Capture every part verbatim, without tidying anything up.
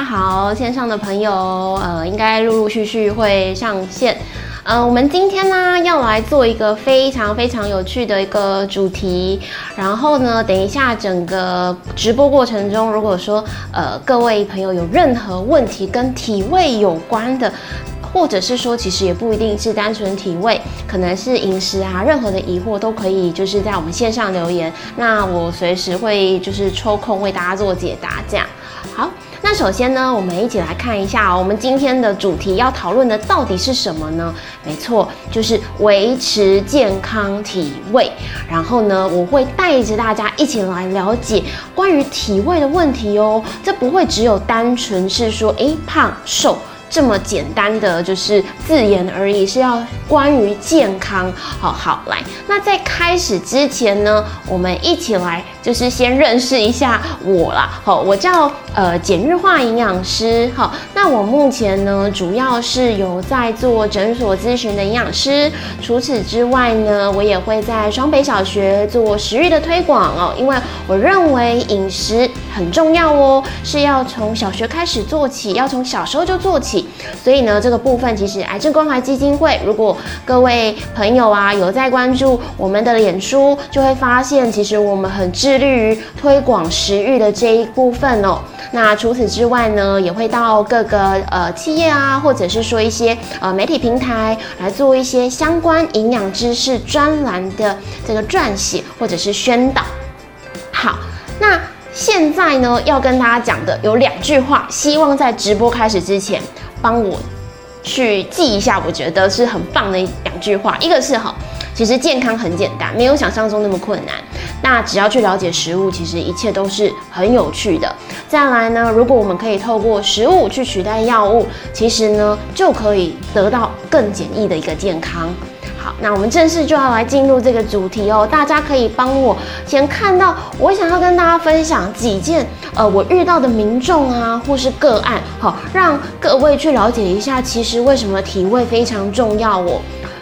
好，线上的朋友，呃，应该陆陆续续会上线。呃，我们今天呢要来做一个非常非常有趣的一个主题，然后呢，等一下整个直播过程中，如果说呃各位朋友有任何问题跟体位有关的，或者是说其实也不一定是单纯体位，可能是饮食啊，任何的疑惑都可以就是在我们线上留言，那我随时会就是抽空为大家做解答，这样。好，那首先呢，我们一起来看一下、哦、我们今天的主题要讨论的到底是什么呢？没错，就是维持健康体位。然后呢，我会带着大家一起来了解关于体位的问题哦。这不会只有单纯是说，哎，胖瘦这么简单的就是字眼而已，是要关于健康。好好来，那在开始之前呢，我们一起来就是先认识一下我啦。好，我叫呃简日化营养师。好，那我目前呢主要是有在做诊所咨询的营养师。除此之外呢，我也会在双北小学做食育的推广哦，因为我认为饮食很重要哦，是要从小学开始做起，要从小时候就做起。所以呢，这个部分其实癌症关怀基金会，如果各位朋友啊有在关注我们的脸书，就会发现其实我们很致力于推广食育的这一部分哦。那除此之外呢，也会到各个呃企业啊，或者是说一些呃媒体平台来做一些相关营养知识专栏的这个撰写或者是宣导。好，那现在呢要跟大家讲的有两句话，希望在直播开始之前帮我去记一下，我觉得是很棒的两句话。一个是哈，其实健康很简单，没有想象中那么困难。那只要去了解食物，其实一切都是很有趣的。再来呢，如果我们可以透过食物去取代药物，其实呢就可以得到更简易的一个健康。好，那我们正式就要来进入这个主题哦。大家可以帮我先看到，我想要跟大家分享几件呃我遇到的民众啊，或是个案，好，让各位去了解一下，其实为什么体位非常重要哦。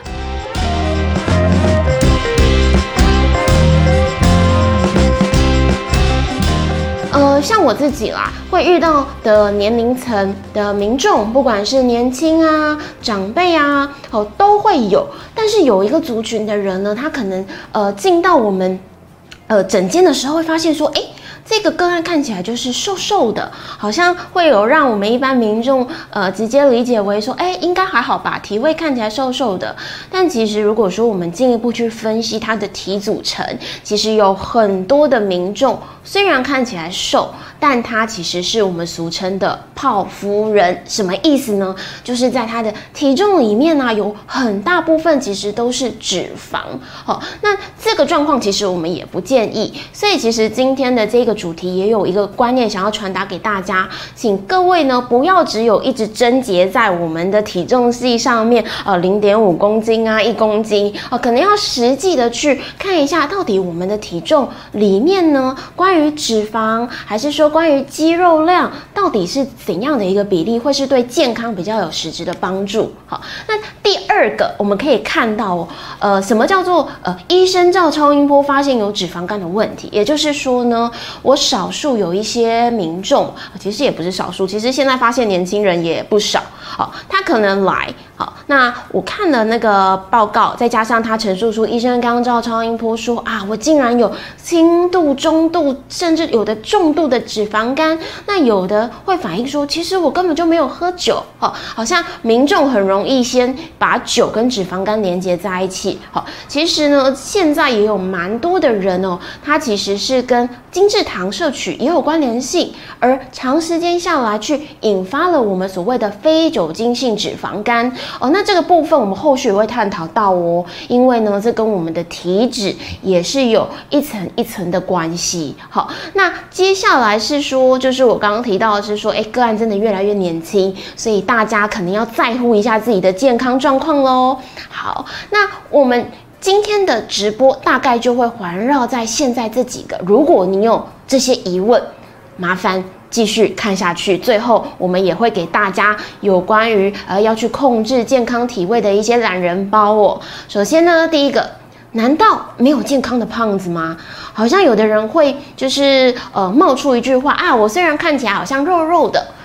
呃，像我自己啦，会遇到的年龄层的民众，不管是年轻啊、长辈啊，哦，都会有。但是有一个族群的人呢，他可能呃进到我们呃诊间的时候，会发现说，哎，这个个案看起来就是瘦瘦的，好像会有让我们一般民众呃直接理解为说，哎，应该还好吧，体位看起来瘦瘦的。但其实如果说我们进一步去分析它的体组成，其实有很多的民众虽然看起来瘦，但它其实是我们俗称的泡芙人。什么意思呢？就是在它的体重里面呢、啊，有很大部分其实都是脂肪。好，那这个状况其实我们也不建议。所以其实今天的这个主题也有一个观念想要传达给大家，请各位呢不要只有一直纠结在我们的体重计上面，呃，零点五公斤啊，一公斤，呃，可能要实际的去看一下，到底我们的体重里面呢，关于脂肪还是说关于肌肉量，到底是怎样的一个比例，会是对健康比较有实质的帮助。好，那第二个我们可以看到哦，呃，什么叫做呃医生照超音波发现有脂肪肝的问题？也就是说呢，我少数有一些民众，其实也不是少数，其实现在发现年轻人也不少。好，他可能来，好，那我看了那个报告，再加上他陈述出医生刚照超音波说啊，我竟然有轻度、中度，甚至有的重度的脂肪肝。那有的会反映说，其实我根本就没有喝酒。好，好像民众很容易先把酒跟脂肪肝连接在一起。好，其实呢，现在也有蛮多的人哦，他其实是跟精制糖摄取也有关联性，而长时间下来去引发了我们所谓的非酒精性脂肪肝哦。那这个部分我们后续也会探讨到哦，因为呢，这跟我们的体脂也是有一层一层的关系。好，那接下来是说，就是我刚刚提到的是说，哎，个案真的越来越年轻，所以大家可能要在乎一下自己的健康状况咯。好，那我们今天的直播大概就会环绕在现在这几个，如果你有这些疑问，麻烦继续看下去，最后我们也会给大家有关于呃要去控制健康体位的一些懒人包哦。首先呢，第一个，难道没有健康的胖子吗？好像有的人会就是呃冒出一句话啊，我虽然看起来好像肉肉的，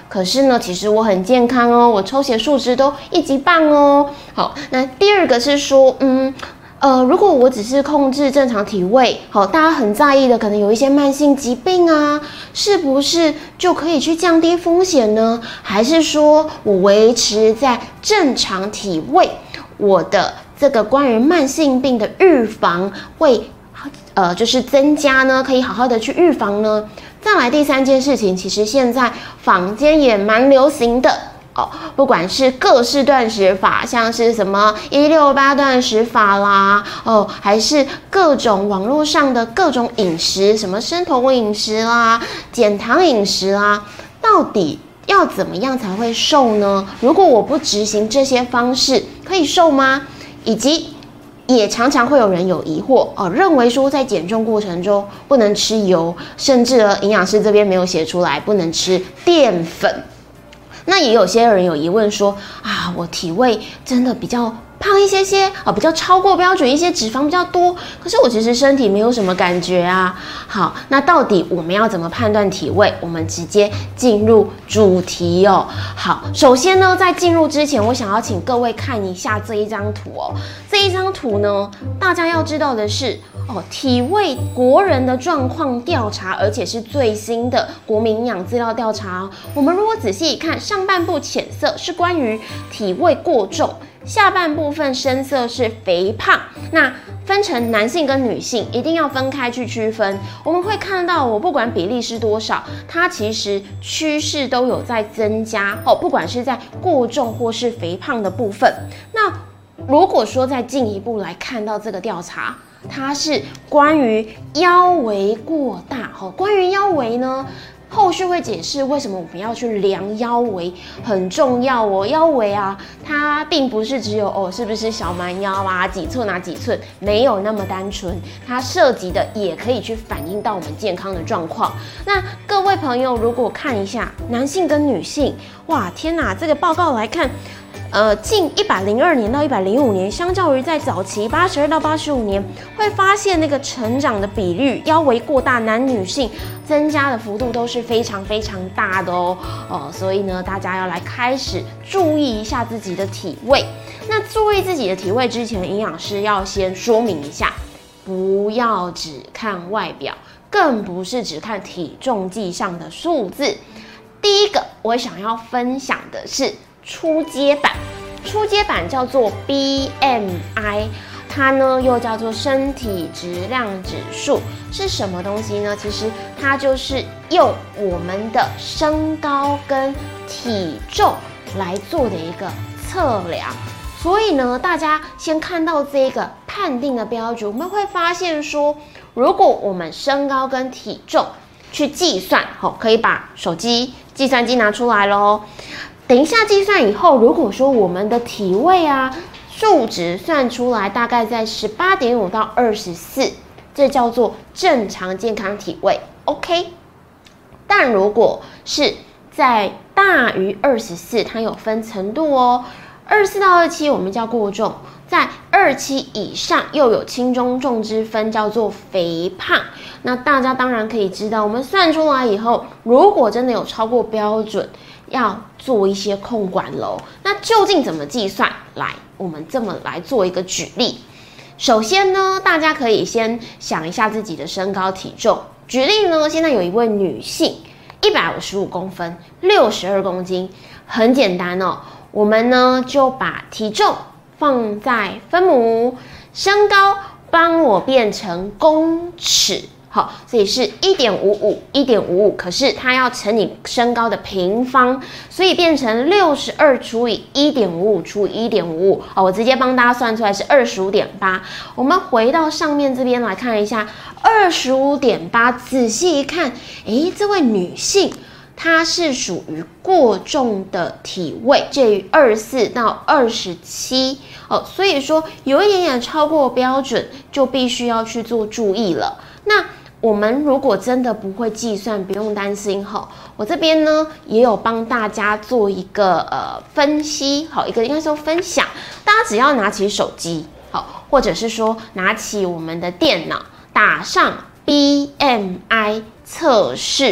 可是呢，其实我很健康哦，我抽血数值都一级棒哦。好，那第二个是说，嗯。呃，如果我只是控制正常体位，好，大家很在意的可能有一些慢性疾病啊，是不是就可以去降低风险呢？还是说我维持在正常体位，我的这个关于慢性病的预防会呃就是增加呢？可以好好的去预防呢？再来第三件事情，其实现在坊间也蛮流行的。哦，不管是各式断食法，像是什么一六八断食法啦，哦，还是各种网络上的各种饮食，什么生酮饮食啦、减糖饮食啦，到底要怎么样才会瘦呢？如果我不执行这些方式，可以瘦吗？以及也常常会有人有疑惑哦，认为说在减重过程中不能吃油，甚至呢，营养师这边没有写出来，不能吃淀粉。那也有些人有疑问说啊，我体位真的比较胖一些些啊，比较超过标准一些，脂肪比较多，可是我其实身体没有什么感觉啊。好，那到底我们要怎么判断体位？我们直接进入主题哦。好，首先呢，在进入之前，我想要请各位看一下这一张图哦。这一张图呢，大家要知道的是哦，体位国人的状况调查，而且是最新的国民营养资料调查哦。我们如果仔细一看，上半部浅色是关于体位过重。下半部分深色是肥胖，那分成男性跟女性，一定要分开去区分。我们会看到，我不管比例是多少，它其实趋势都有在增加哦，不管是在过重或是肥胖的部分。那如果说再进一步来看到这个调查，它是关于腰围过大哦，关于腰围呢。后续会解释为什么我们要去量腰围很重要哦。腰围啊，它并不是只有哦是不是小蛮腰啊，几寸啊几寸，没有那么单纯，它涉及的也可以去反映到我们健康的状况。那各位朋友如果看一下男性跟女性，哇天哪，这个报告来看。呃，近一百零二年到一百零五年，相较于在早期八十二到八十五年，会发现那个成长的比率，腰围过大，男女性增加的幅度都是非常非常大的哦。哦，所以呢，大家要来开始注意一下自己的体位。那注意自己的体位之前，营养师要先说明一下，不要只看外表，更不是只看体重计上的数字。第一个，我想要分享的是。初阶版，初阶版叫做 B M I， 它呢又叫做身体质量指数，是什么东西呢？其实它就是用我们的身高跟体重来做的一个测量。所以呢，大家先看到这个判定的标准，我们会发现说，如果我们身高跟体重去计算，好，可以把手机计算机拿出来咯。等一下计算以后，如果说我们的体位啊数值算出来大概在 十八点五 到二十四，这叫做正常健康体位 OK。 但如果是在大于二十四，它有分程度哦，二十四到二十七我们叫过重，在二十七以上又有轻中重之分，叫做肥胖。那大家当然可以知道，我们算出来以后，如果真的有超过标准，要做一些控管咯。那究竟怎么计算？来，我们这么来做一个举例。首先呢，大家可以先想一下自己的身高体重。举例呢，现在有一位女性，一百五十五公分，六十二公斤，很简单哦。我们呢就把体重放在分母，身高帮我变成公尺。好，所以是 一点五五 一点五五，可是它要乘以身高的平方，所以变成六十二除以 一点五五除以 一点五五。哦，我直接帮大家算出来是 二十五点八。我们回到上面这边来看一下 二十五点八， 仔细一看，诶，这位女性她是属于过重的体位，介于二十四到二十七哦，所以说有一点点超过标准，就必须要去做注意了。那我们如果真的不会计算，不用担心哈。我这边呢也有帮大家做一个呃分析，好，一个应该说分享。大家只要拿起手机，好，或者是说拿起我们的电脑，打上 B M I 测试，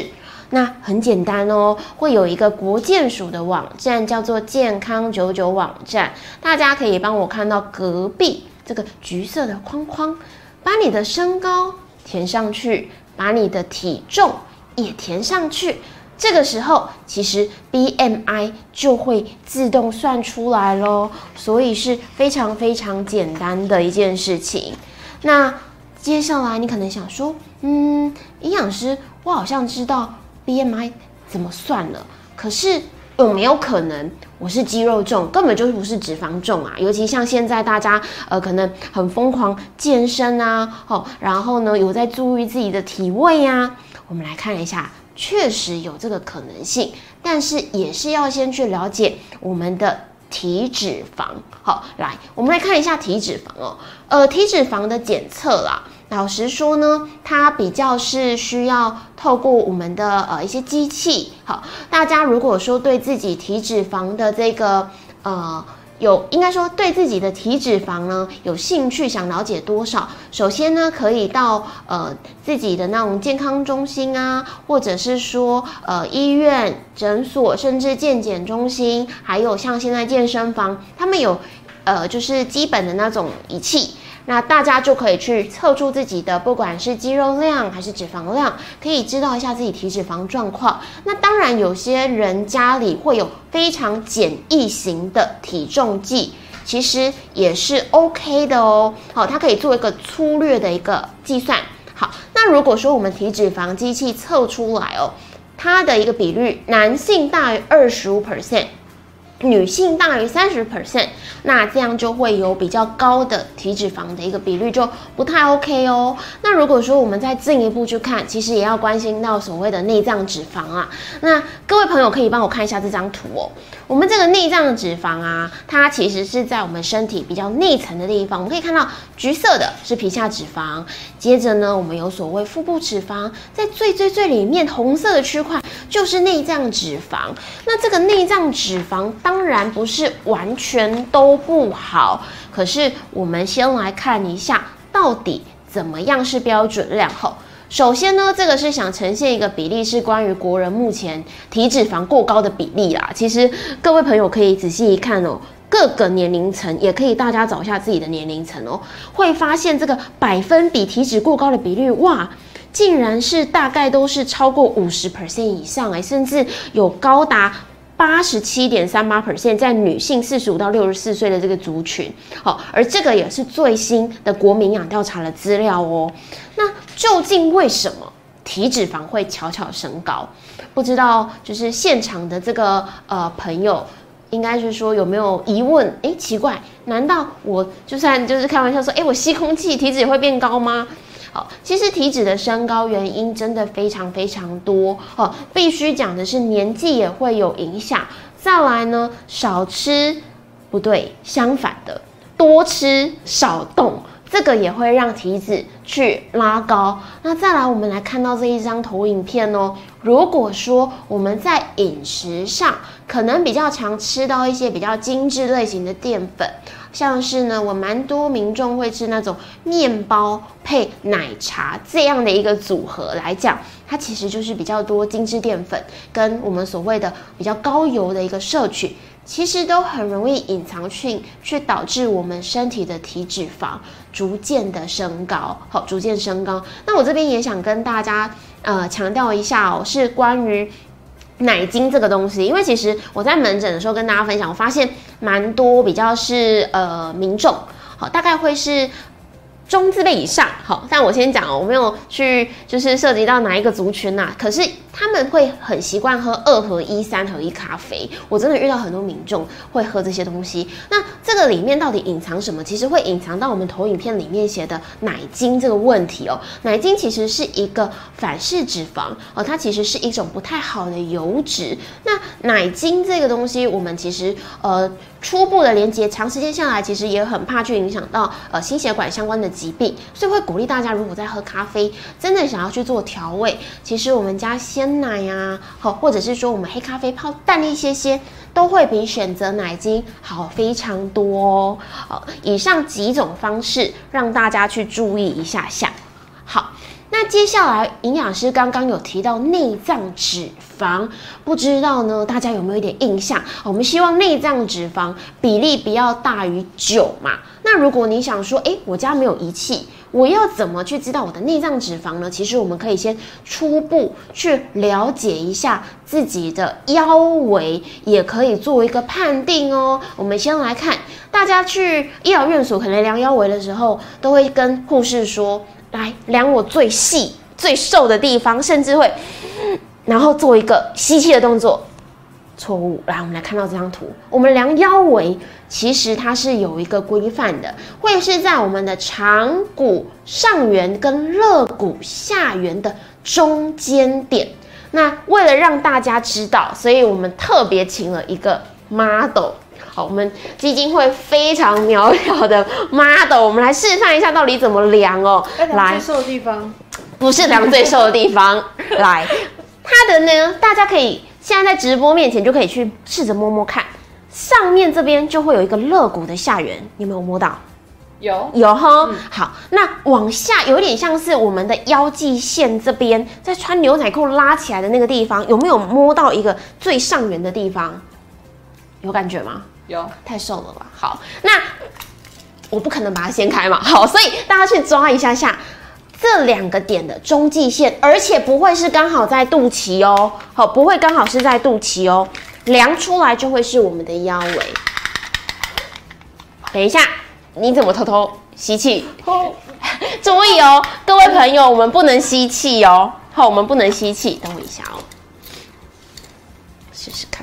那很简单哦，会有一个国健署的网站叫做健康九九网站，大家可以帮我看到隔壁这个橘色的框框，把你的身高填上去，把你的体重也填上去。这个时候，其实 B M I 就会自动算出来咯，所以是非常非常简单的一件事情。那接下来你可能想说，嗯，营养师，我好像知道 B M I 怎么算了，可是有没有可能我是肌肉重，根本就不是脂肪重啊？尤其像现在大家呃可能很疯狂健身啊，哦，然后呢有在注意自己的体位啊，我们来看一下。确实有这个可能性，但是也是要先去了解我们的体脂肪。好，来，我们来看一下体脂肪哦。呃，体脂肪的检测啦，老实说呢，它比较是需要透过我们的呃一些机器。好，大家如果说对自己体脂肪的这个呃。有应该说对自己的体脂肪呢有兴趣，想了解多少，首先呢可以到呃自己的那种健康中心啊，或者是说呃医院、诊所，甚至健检中心，还有像现在健身房，他们有呃就是基本的那种仪器。那大家就可以去测出自己的不管是肌肉量还是脂肪量，可以知道一下自己体脂肪状况。那当然有些人家里会有非常简易型的体重计，其实也是 OK 的哦。好，它可以做一个粗略的一个计算。好，那如果说我们体脂肪机器测出来哦，它的一个比率，男性大于 百分之二十五，女性大于 百分之三十， 那这样就会有比较高的体脂肪的一个比率，就不太 OK 哦。那如果说我们再进一步去看，其实也要关心到所谓的内脏脂肪啊。那各位朋友可以帮我看一下这张图哦。我们这个内脏脂肪啊，它其实是在我们身体比较内层的地方，我们可以看到橘色的是皮下脂肪，接着呢，我们有所谓腹部脂肪，在最最最里面红色的区块就是内脏脂肪。那这个内脏脂肪当然不是完全都不好，可是我们先来看一下到底怎么样是标准量后。首先呢，这个是想呈现一个比例，是关于国人目前体脂肪过高的比例啦。其实各位朋友可以仔细一看哦，各个年龄层也可以大家找一下自己的年龄层哦，会发现这个百分比体脂过高的比率，哇，竟然是大概都是超过 百分之五十 以上哎，甚至有高达八十七点三八 percent 在女性四十五到六十四岁的这个族群，好，而这个也是最新的国民营养调查的资料哦。那究竟为什么体脂肪会悄悄升高？不知道就是现场的这个呃朋友，应该是说有没有疑问？哎，奇怪，难道我就算就是开玩笑说，哎，我吸空气体脂也会变高吗？好，其实体脂的升高原因真的非常非常多哦，必须讲的是年纪也会有影响。再来呢，少吃不对，相反的，多吃少动，这个也会让体脂去拉高。那再来，我们来看到这一张投影片哦。如果说我们在饮食上可能比较常吃到一些比较精致类型的淀粉，像是呢，我蛮多民众会吃那种面包配奶茶这样的一个组合来讲，它其实就是比较多精致淀粉跟我们所谓的比较高油的一个摄取，其实都很容易隐藏去去导致我们身体的体脂肪逐渐的升高，好，逐渐升高。那我这边也想跟大家呃强调一下哦，是关于奶精这个东西，因为其实我在门诊的时候跟大家分享，我发现蛮多比较是呃民众，好，大概会是中字辈以上，好，但我先讲哦，我没有去就是涉及到哪一个族群呐、啊，可是他们会很习惯喝二合一、三合一咖啡，我真的遇到很多民众会喝这些东西。那这个里面到底隐藏什么？其实会隐藏到我们投影片里面写的奶精这个问题哦。奶精其实是一个反式脂肪哦，它其实是一种不太好的油脂。那奶精这个东西，我们其实呃初步的连接，长时间下来其实也很怕去影响到呃心血管相关的疾病，所以会鼓励大家，如果在喝咖啡，真的想要去做调味，其实我们加鲜奶啊，好，或者是说我们黑咖啡泡淡一些些，都会比选择奶精好非常多哦。好，以上几种方式让大家去注意一下下。好， 那接下来营养师刚刚有提到内脏脂肪，不知道呢大家有没有一点印象？我们希望内脏脂肪比例不要大于九嘛。那如果你想说，哎，我家没有仪器，我要怎么去知道我的内脏脂肪呢？其实我们可以先初步去了解一下自己的腰围，也可以做一个判定哦。我们先来看，大家去医疗院所可能量腰围的时候，都会跟护士说，来量我最细、最瘦的地方，甚至会，然后做一个吸气的动作。错误。来，我们来看到这张图，我们量腰围，其实它是有一个规范的，会是在我们的长骨上缘跟肋骨下缘的中间点。那为了让大家知道，所以我们特别请了一个 model。好，我们基金会非常苗条的 model， 我们来示范一下到底怎么量哦。 来，最瘦的地方不是量最瘦的地方，来，它的呢，大家可以现在在直播面前就可以去试着摸摸看，上面这边就会有一个肋骨的下缘，你有没有摸到？ 有有哈、嗯，好，那往下有点像是我们的腰际线这边，在穿牛仔裤拉起来的那个地方，有没有摸到一个最上缘的地方？有感觉吗？ 有， 太瘦了吧？好，那我不可能把它掀开嘛，好，所以大家去抓一下下这两个点的中际线，而且不会是刚好在肚脐哦，好，不会刚好是在肚脐哦，量出来就会是我们的腰围。等一下，你怎么偷偷吸气？注意哦，各位朋友，我们不能吸气哦，好，我们不能吸气，等我一下哦，试试看。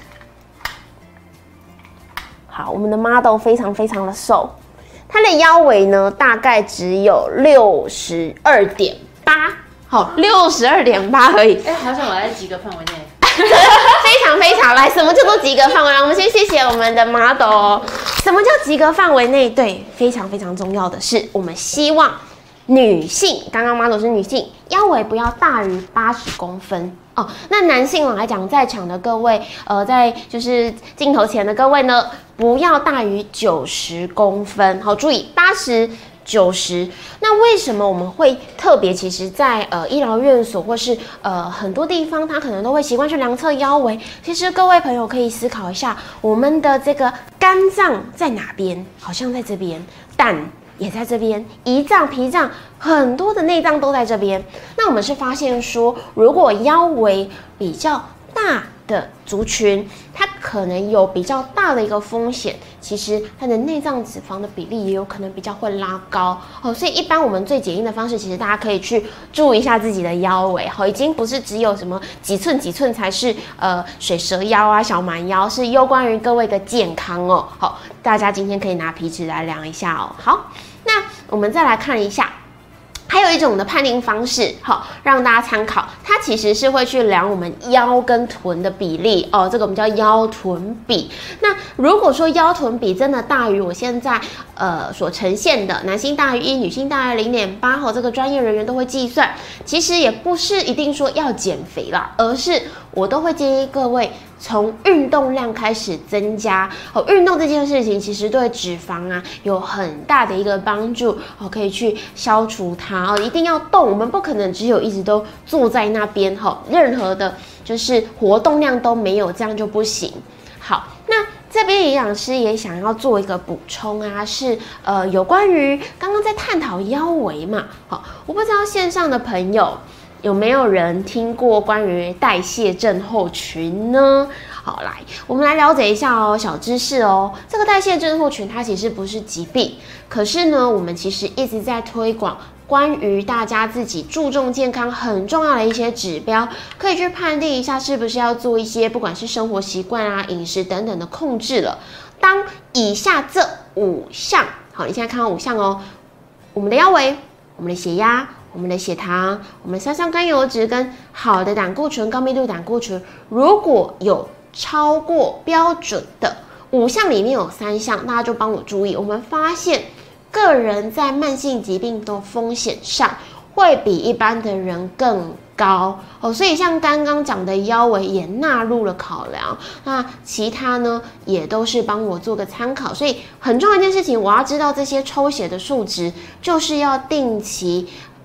好，我们的 model 非常非常的瘦，它的腰围呢大概只有六十二点八，好，六十二点八而已。 哎、欸，好像我在及格范围内。 非常非常来，什么叫做及格范围内？我们先谢谢我们的 model 哦。什么叫及格范围内？对，非常非常重要的是，我们希望女性，刚刚 model 是女性，腰围不要大于八十公分。哦，那男性来讲，在场的各位，呃，在就是镜头前的各位呢，不要大于九十公分。好，注意八十、九十。那为什么我们会特别？其实在，在呃医疗院所或是呃很多地方，他可能都会习惯去量测腰围。其实各位朋友可以思考一下，我们的这个肝脏在哪边？好像在这边，胆也在这边，胰脏、脾脏，很多的内脏都在这边。那我们是发现说，如果腰围比较大的族群，它可能有比较大的一个风险，其实它的内脏脂肪的比例也有可能比较会拉高哦。所以一般我们最简易的方式，其实大家可以去注意一下自己的腰围，好，已经不是只有什么几寸几寸才是呃水蛇腰啊、小蛮腰，是攸关于各位的健康哦。好，大家今天可以拿皮尺来量一下哦。好，那我们再来看一下。还有一种的判定方式，好，让大家参考，它其实是会去量我们腰跟臀的比例哦，这个我们叫腰臀比。那如果说腰臀比真的大于我现在呃所呈现的，男性大于一，女性大于零点八，哦，这个专业人员都会计算。其实也不是一定说要减肥啦，而是我都会建议各位从运动量开始增加。哦，运动这件事情其实对脂肪啊有很大的一个帮助，哦，可以去消除它。哦，一定要动，我们不可能只有一直都坐在那边，哈，任何的就是活动量都没有，这样就不行。好，那这边营养师也想要做一个补充啊，是呃有关于刚刚在探讨腰围嘛，好，我不知道线上的朋友有没有人听过关于代谢症候群呢？好，来，我们来了解一下哦，小知识哦。这个代谢症候群它其实不是疾病，可是呢，我们其实一直在推广关于大家自己注重健康很重要的一些指标，可以去判定一下是不是要做一些不管是生活习惯啊、饮食等等的控制了。当以下这五项，好，你现在看到五项哦，我们的腰围、我们的血压、我们的血糖、我们的三酸甘油脂跟好的胆固醇、高密度胆固醇，如果有超过标准的五项里面有三项，大家就帮我注意。我们发现个人在慢性疾病的风险上会比一般的人更高哦，所以像刚刚讲的腰围也纳入了考量。那其他呢也都是帮我做个参考。所以很重要一件事情，我要知道这些抽血的数值，就是要定期。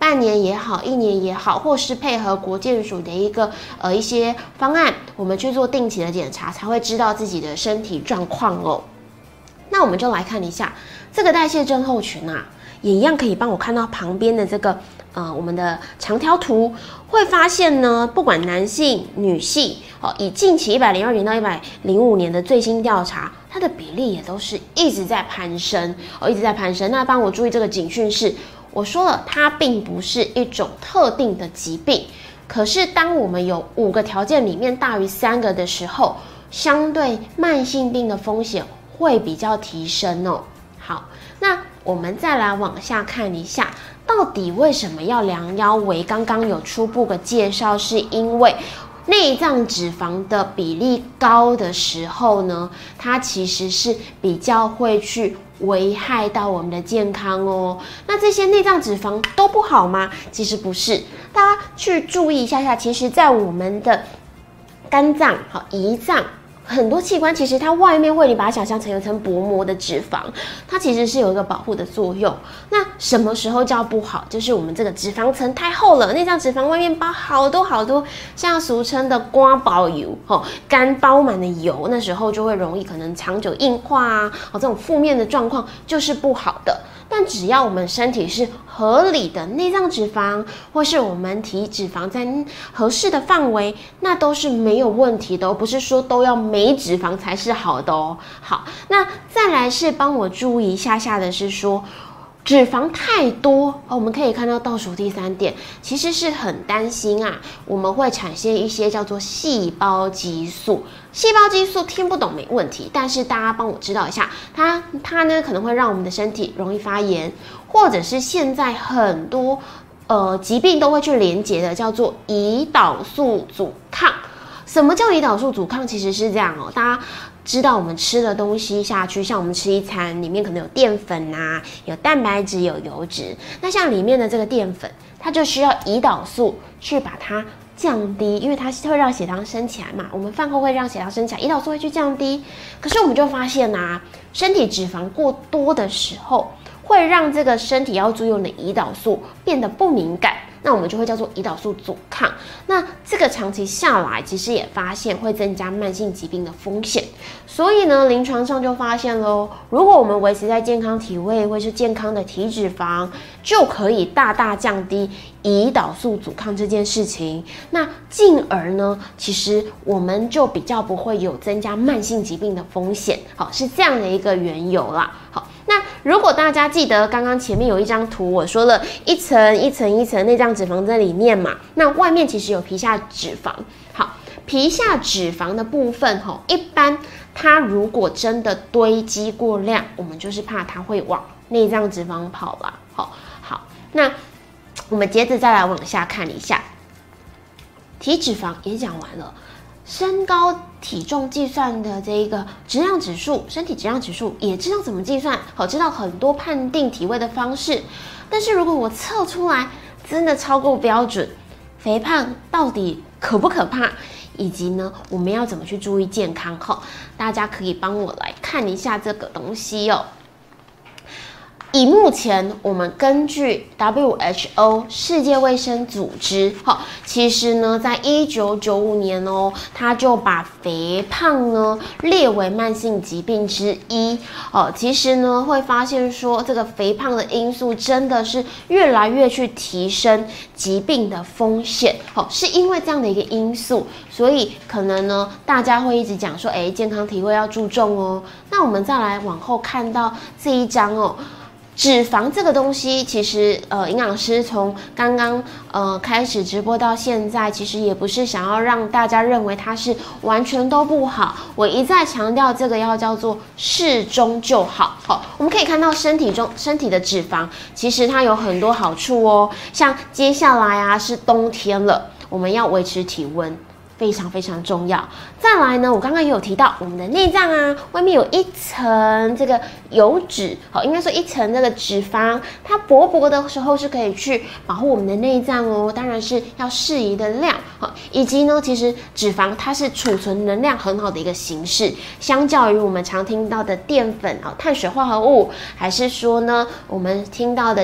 半年也好，一年也好，或是配合国健署的一个呃一些方案，我们去做定期的检查，才会知道自己的身体状况哦。那我们就来看一下这个代谢症候群啊，也一样可以帮我看到旁边的这个呃我们的长条图，会发现呢，不管男性、女性，哦，以近期一百零二年到一百零五年的最新调查，它的比例也都是一直在攀升，哦，一直在攀升。那帮我注意这个警讯是，我说了，它并不是一种特定的疾病，可是当我们有五个条件里面大于三个的时候，相对慢性病的风险会比较提升哦。好，那我们再来往下看一下，到底为什么要量腰围？刚刚有初步的介绍，是因为内脏脂肪的比例高的时候呢，它其实是比较会去危害到我们的健康哦。那这些内脏脂肪都不好吗？其实不是，大家去注意一下下，其实在我们的肝脏、好胰脏。很多器官其实它外面会，你把它想象成一层薄膜的脂肪，它其实是有一个保护的作用。那什么时候叫不好？就是我们这个脂肪层太厚了，内脏脂肪外面包好多好多，像俗称的瓜包油，哦，肝包满的油，那时候就会容易可能长久硬化啊，哦，这种负面的状况就是不好的。但只要我们身体是合理的内脏脂肪，或是我们体脂肪在合适的范围，那都是没有问题的哦，不是说都要没脂肪才是好的哦。好，那再来是帮我注意一下下的是说，脂肪太多哦，我们可以看到倒数第三点，其实是很担心啊，我们会产生一些叫做细胞激素。细胞激素听不懂没问题，但是大家帮我知道一下，它它呢可能会让我们的身体容易发炎，或者是现在很多呃疾病都会去连结的，叫做胰岛素阻抗。什么叫胰岛素阻抗？其实是这样哦，大家知道我们吃的东西下去，像我们吃一餐里面可能有淀粉啊，有蛋白质，有油脂。那像里面的这个淀粉，它就需要胰岛素去把它降低，因为它会让血糖升起来嘛。我们饭后会让血糖升起来，胰岛素会去降低。可是我们就发现啊，身体脂肪过多的时候，会让这个身体要作用的胰岛素变得不敏感。那我们就会叫做胰岛素阻抗。那这个长期下来，其实也发现会增加慢性疾病的风险。所以呢，临床上就发现喽，如果我们维持在健康体位或是健康的体脂肪，就可以大大降低胰岛素阻抗这件事情。那进而呢，其实我们就比较不会有增加慢性疾病的风险。好，是这样的一个缘由啦。好。那如果大家记得刚刚前面有一张图，我说了一层一层一层内脏脂肪在里面嘛，那外面其实有皮下脂肪。好，皮下脂肪的部分吼，一般它如果真的堆积过量，我们就是怕它会往内脏脂肪跑啦。好，好，那我们接着再来往下看一下，体脂肪也讲完了。身高体重计算的这一个质量指数，身体质量指数也知道怎么计算，好，知道很多判定体位的方式。但是如果我测出来真的超过标准，肥胖到底可不可怕？以及呢，我们要怎么去注意健康？好，大家可以帮我来看一下这个东西哦。以目前我们根据 W H O 世界卫生组织，好，其实呢，在一九九五年哦，他就把肥胖呢列为慢性疾病之一哦。其实呢，会发现说这个肥胖的因素真的是越来越去提升疾病的风险，哦，是因为这样的一个因素，所以可能呢，大家会一直讲说，哎，健康体位要注重哦。那我们再来往后看到这一章哦。脂肪这个东西，其实呃，营养师从刚刚呃开始直播到现在，其实也不是想要让大家认为它是完全都不好。我一再强调，这个要叫做适中就好。好，我们可以看到身体中身体的脂肪，其实它有很多好处哦。像接下来啊是冬天了，我们要维持体温。非常非常重要。再来呢，我刚刚也有提到我们的内脏啊，外面有一层这个油脂，好，应该说一层这个脂肪，它薄薄的时候是可以去保护我们的内脏哦，当然是要适宜的量，好，以及呢，其实脂肪它是储存能量很好的一个形式，相较于我们常听到的淀粉啊、碳水化合物，还是说呢，我们听到的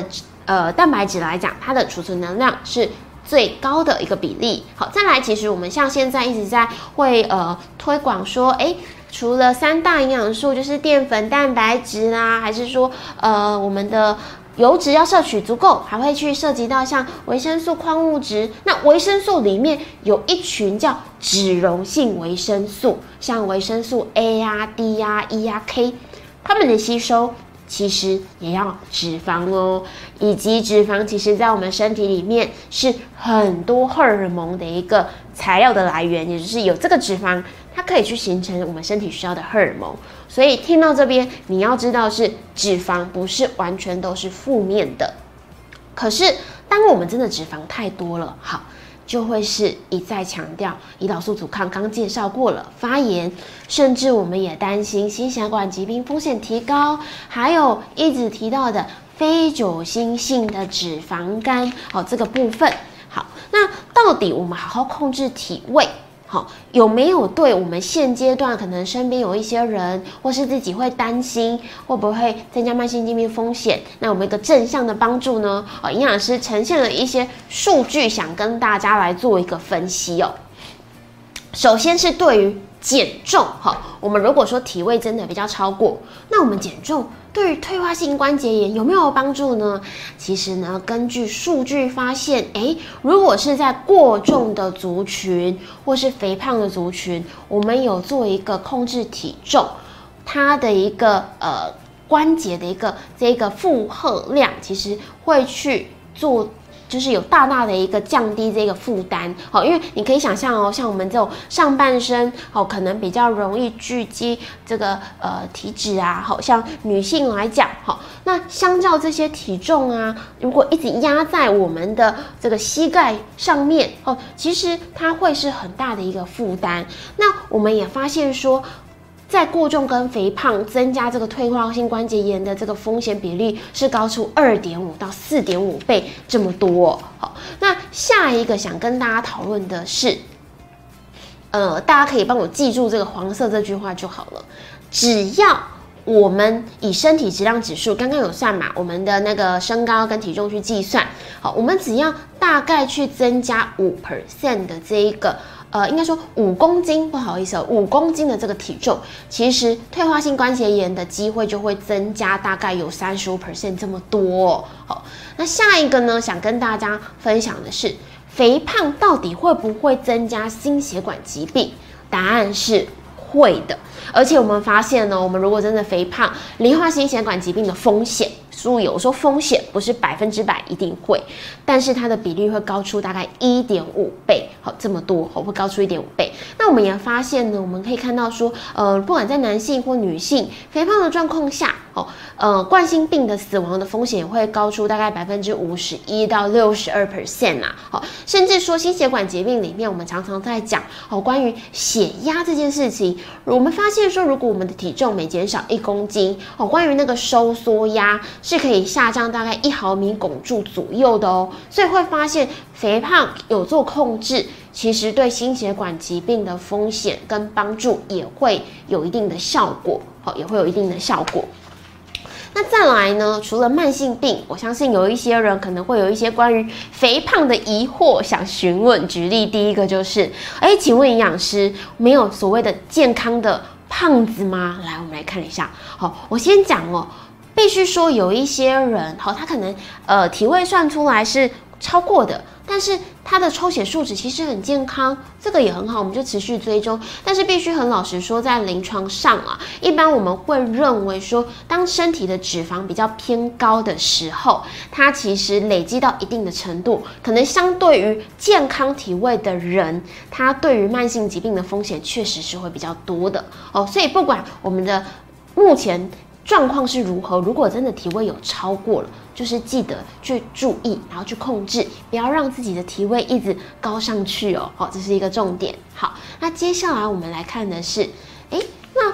呃蛋白质来讲，它的储存能量是最高的一个比例。好，再来，其实我们像现在一直在会呃推广说，哎，除了三大营养素，就是淀粉、蛋白质啦，还是说呃我们的油脂要摄取足够，还会去涉及到像维生素、矿物质。那维生素里面有一群叫脂溶性维生素，像维生素 A 啊、D 啊、E 啊、K， 它们的吸收其实也要脂肪哦，以及脂肪其实在我们身体里面是很多荷尔蒙的一个材料的来源，也就是有这个脂肪，它可以去形成我们身体需要的荷尔蒙。所以听到这边，你要知道是脂肪不是完全都是负面的，可是当我们真的脂肪太多了，好，就会是一再强调胰岛素阻抗，刚介绍过了，发炎，甚至我们也担心心血管疾病风险提高，还有一直提到的非酒精性的脂肪肝，好，这个部分。好，那到底我们好好控制体位，好，有没有对我们现阶段可能身边有一些人，或是自己会担心会不会增加慢性疾病风险？那我们一个正向的帮助呢？哦，营养师呈现了一些数据，想跟大家来做一个分析哦。首先是对于减重，哈，我们如果说体位真的比较超过，那我们减重对于退化性关节炎有没有帮助呢？其实呢，根据数据发现，诶，如果是在过重的族群或是肥胖的族群，我们有做一个控制体重，它的一个呃关节的一个这个负荷量，其实会去做。就是有大大的一个降低这个负担，好，因为你可以想象哦，像我们这种上半身，哦，可能比较容易聚集这个呃体脂啊，好像女性来讲，好，那相较这些体重啊，如果一直压在我们的这个膝盖上面，哦，其实它会是很大的一个负担。那我们也发现说，在过重跟肥胖增加这个退化性关节炎的这个风险比例是高出 二点五 到 四点五 倍这么多哦。好，那下一个想跟大家讨论的是，呃，大家可以帮我记住这个黄色这句话就好了。只要我们以身体质量指数，刚刚有算嘛，我们的那个身高跟体重去计算，好，我们只要大概去增加 百分之五 的这一个。呃，应该说五公斤，不好意思，五公斤的这个体重，其实退化性关节炎的机会就会增加，大概有 百分之三十五 这么多哦。好，那下一个呢，想跟大家分享的是，肥胖到底会不会增加心血管疾病？答案是会的，而且我们发现呢，我们如果真的肥胖，罹患心血管疾病的风险。注意，我说风险不是百分之百一定会，但是它的比例会高出大概 一点五 倍，好，这么多，好，会高出 一点五 倍。那我们也发现呢，我们可以看到说，呃，不管在男性或女性肥胖的状况下，哦，呃，冠心病的死亡的风险也会高出大概 百分之五十一 到 百分之六十二 啊，好，甚至说心血管疾病里面，我们常常在讲哦，关于血压这件事情，我们发现说，如果我们的体重每减少一公斤，哦，关于那个收缩压是可以下降大概一毫米汞柱左右的哦，所以会发现肥胖有做控制，其实对心血管疾病的风险跟帮助也会有一定的效果，好，也会有一定的效果。那再来呢？除了慢性病，我相信有一些人可能会有一些关于肥胖的疑惑想询问。举例，第一个就是，哎，请问营养师，没有所谓的健康的胖子吗？来，我们来看一下。好，我先讲哦。必须说，有一些人，好，他可能呃体位算出来是超过的，但是他的抽血数值其实很健康，这个也很好，我们就持续追踪。但是必须很老实说，在临床上啊，一般我们会认为说，当身体的脂肪比较偏高的时候，它其实累积到一定的程度，可能相对于健康体位的人，他对于慢性疾病的风险确实是会比较多的哦。所以不管我们的目前状况是如何，如果真的体位有超过了，就是记得去注意，然后去控制，不要让自己的体位一直高上去哦。好，这是一个重点。好，那接下来我们来看的是，诶，那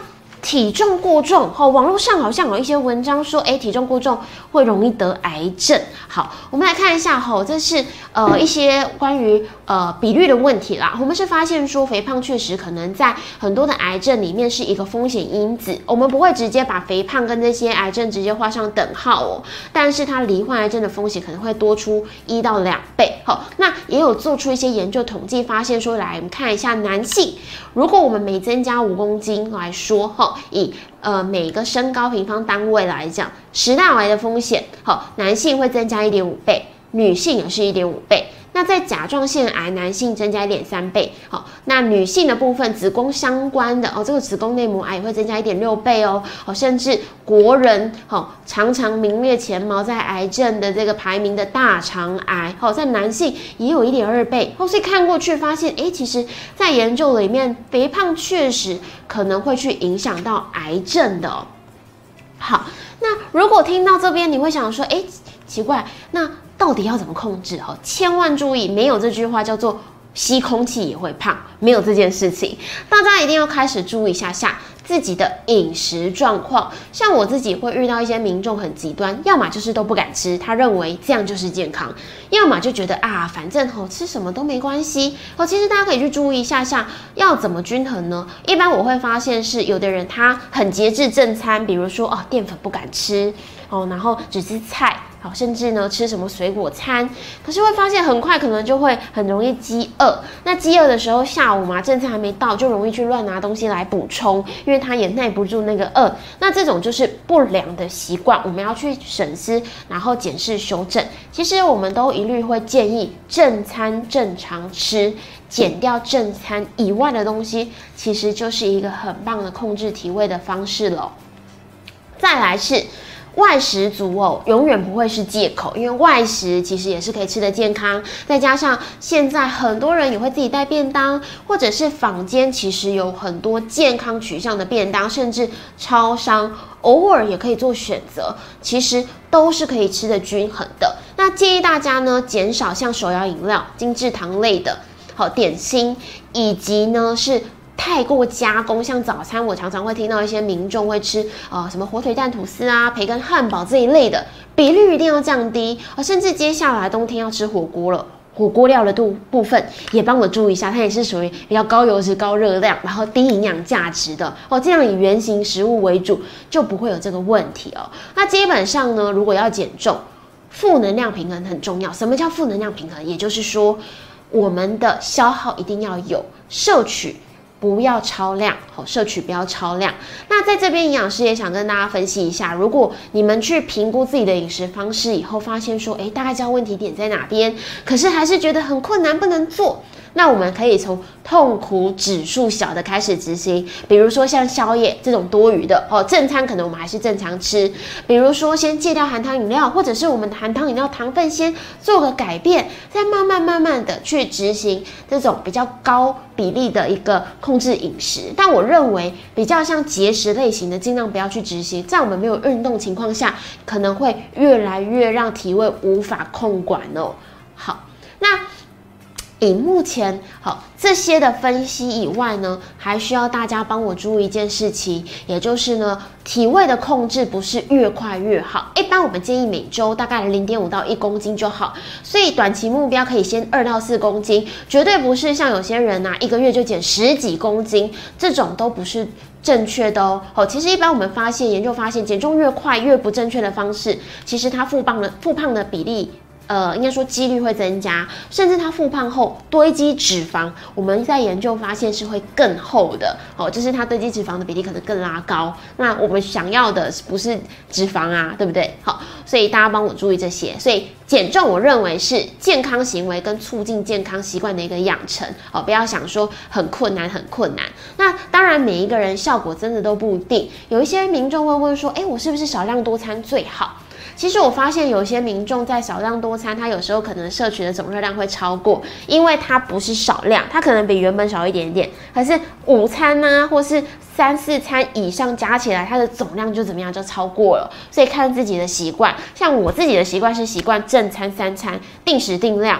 体重过重，哦，网络上好像有一些文章说，哎，体重过重会容易得癌症。好，我们来看一下，吼，这是呃一些关于呃比率的问题啦。我们是发现说，肥胖确实可能在很多的癌症里面是一个风险因子。我们不会直接把肥胖跟这些癌症直接画上等号哦，但是它罹患癌症的风险可能会多出一到两倍。好，那也有做出一些研究统计，发现说，来我们看一下男性，如果我们每增加五公斤来说，哈，以呃每个身高平方单位来讲，食道癌的风险，好，男性会增加一点五倍，女性也是一点五倍。那在甲状腺癌，男性增加一点三倍，好，那女性的部分，子宫相关的哦，这个子宫内膜癌也会增加一点六倍哦，哦，甚至国人哦常常名列前茅在癌症的这个排名的大肠癌，哦，在男性也有一点二倍，哦，所以看过去发现，哎，其实在研究里面，肥胖确实可能会去影响到癌症的哦。好，那如果听到这边，你会想说，哎，奇怪，那到底要怎么控制？哈，千万注意，没有这句话叫做吸空气也会胖，没有这件事情。大家一定要开始注意一下下自己的饮食状况。像我自己会遇到一些民众很极端，要么就是都不敢吃，他认为这样就是健康；要么就觉得啊，反正吼吃什么都没关系。哦，其实大家可以去注意一下下要怎么均衡呢？一般我会发现是有的人他很节制正餐，比如说哦淀粉不敢吃哦，然后只吃菜。好，甚至呢吃什么水果餐，可是会发现很快可能就会很容易饥饿。那饥饿的时候，下午嘛正餐还没到，就容易去乱拿东西来补充，因为他也耐不住那个饿。那这种就是不良的习惯，我们要去审思，然后检视修正。其实我们都一律会建议正餐正常吃，减掉正餐以外的东西，其实就是一个很棒的控制体位的方式了。再来是。外食族哦，永远不会是借口，因为外食其实也是可以吃得健康。再加上现在很多人也会自己带便当，或者是坊间其实有很多健康取向的便当，甚至超商偶尔也可以做选择，其实都是可以吃得均衡的。那建议大家呢，减少像手摇饮料、精制糖类的好点心，以及呢是。太过加工，像早餐，我常常会听到一些民众会吃呃什么火腿蛋吐司啊、培根汉堡这一类的，比率一定要降低啊、呃，甚至接下来冬天要吃火锅了，火锅料的度部分也帮我注意一下，它也是属于比较高油脂、高热量，然后低营养价值的哦，这样以原型食物为主，就不会有这个问题哦。那基本上呢，如果要减重，负能量平衡很重要。什么叫负能量平衡？也就是说，我们的消耗一定要有，摄取。不要超量，好，摄取不要超量。那在这边营养师也想跟大家分析一下，如果你们去评估自己的饮食方式以后，发现说，哎，大概知道问题点在哪边，可是还是觉得很困难，不能做。那我们可以从痛苦指数小的开始执行，比如说像宵夜这种多余的哦，正餐可能我们还是正常吃，比如说先戒掉含糖饮料，或者是我们的含糖饮料糖分先做个改变，再慢慢慢慢的去执行这种比较高比例的一个控制饮食。但我认为比较像节食类型的，尽量不要去执行，在我们没有运动情况下，可能会越来越让体位无法控管哦。好，那。以目前好这些的分析以外呢，还需要大家帮我注意一件事情，也就是呢，体位的控制不是越快越好。一般我们建议每周大概零点五到一公斤就好，所以短期目标可以先二到四公斤，绝对不是像有些人啊，一个月就减十几公斤，这种都不是正确的哦。好，其实一般我们发现研究发现，减重越快越不正确的方式，其实它复胖的复胖的比例。呃，应该说几率会增加，甚至它复胖后堆积脂肪，我们在研究发现是会更厚的哦，就是它堆积脂肪的比例可能更拉高。那我们想要的不是脂肪啊，对不对？好，所以大家帮我注意这些。所以减重，我认为是健康行为跟促进健康习惯的一个养成哦，不要想说很困难很困难。那当然，每一个人效果真的都不一定。有一些民众会问说，哎，我是不是少量多餐最好？其实我发现有些民众在少量多餐，他有时候可能摄取的总热量会超过，因为它不是少量，它可能比原本少一点点，可是午餐啊，或是三四餐以上加起来，它的总量就怎么样就超过了。所以看自己的习惯，像我自己的习惯是习惯正餐三餐定时定量。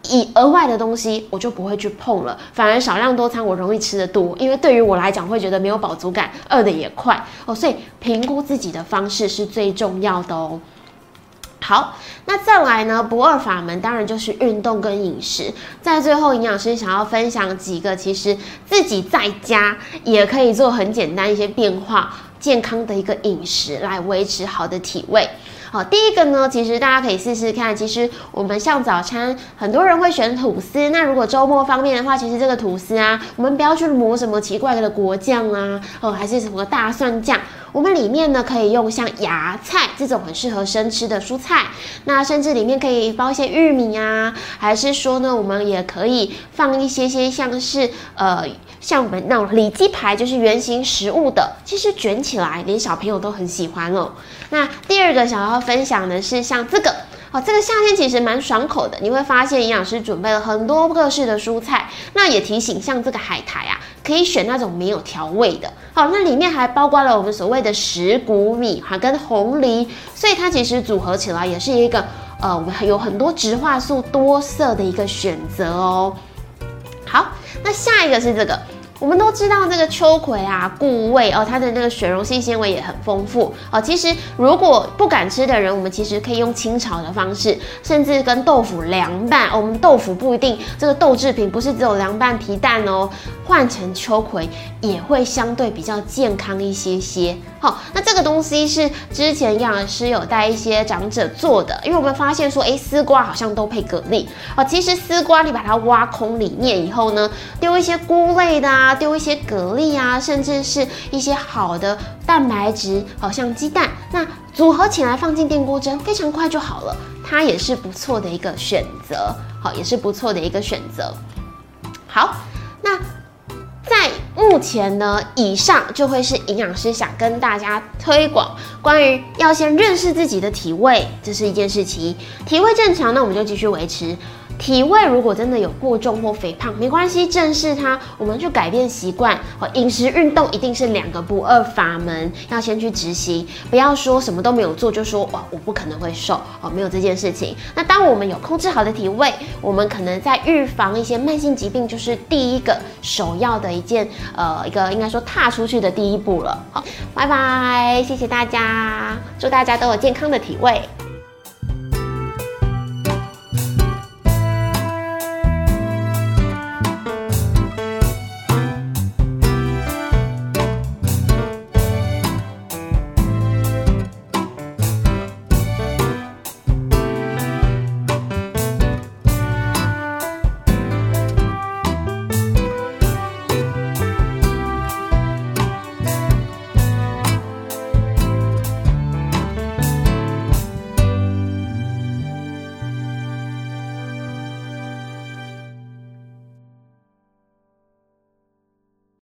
以额外的东西我就不会去碰了，反而少量多餐我容易吃得多，因为对于我来讲会觉得没有饱足感，饿得也快哦，所以评估自己的方式是最重要的哦。好，那再来呢？不二法门当然就是运动跟饮食。在最后，营养师想要分享几个其实自己在家也可以做很简单一些变化，健康的一个饮食来维持好的体位。好，第一个呢，其实大家可以试试看。其实我们像早餐，很多人会选吐司。那如果周末方面的话，其实这个吐司啊，我们不要去抹什么奇怪的果酱啊，哦，还是什么大蒜酱。我们里面呢可以用像芽菜这种很适合生吃的蔬菜，那甚至里面可以包一些玉米啊，还是说呢，我们也可以放一些些像是呃。像我们那种里脊排，就是圆形食物的，其实卷起来连小朋友都很喜欢哦。那第二个想要分享的是像这个哦，这个夏天其实蛮爽口的，你会发现营养师准备了很多各式的蔬菜。那也提醒，像这个海苔啊，可以选那种没有调味的。好，那里面还包括了我们所谓的十谷米哈跟红梨，所以它其实组合起来也是一个呃，我们有很多植化素多色的一个选择哦。好，那下一个是这个。我们都知道这个秋葵啊，固胃哦，它的那个水溶性纤维也很丰富哦。其实如果不敢吃的人，我们其实可以用清炒的方式，甚至跟豆腐凉拌哦。我们豆腐不一定这个豆制品不是只有凉拌皮蛋哦，换成秋葵也会相对比较健康一些些。好、哦，那这个东西是之前营养师有带一些长者做的，因为我们发现说，哎，丝瓜好像都配蛤蜊哦。其实丝瓜你把它挖空里面以后呢，丢一些菇类的啊。丢一些蛤蜊啊，甚至是一些好的蛋白质，好像鸡蛋，那组合起来放进电锅蒸，非常快就好了。它也是不错的一个选择，好，也是不错的一个选择。好，那在目前呢，以上就会是营养师想跟大家推广关于要先认识自己的体位，这是一件事情。体位正常，那我们就继续维持。体位如果真的有过重或肥胖，没关系，正视它，我们去改变习惯。饮食、运动一定是两个不二法门，要先去执行，不要说什么都没有做就说哇，我不可能会瘦哦，没有这件事情。那当我们有控制好的体位，我们可能在预防一些慢性疾病，就是第一个首要的一件呃一个应该说踏出去的第一步了。好，拜拜，谢谢大家，祝大家都有健康的体位。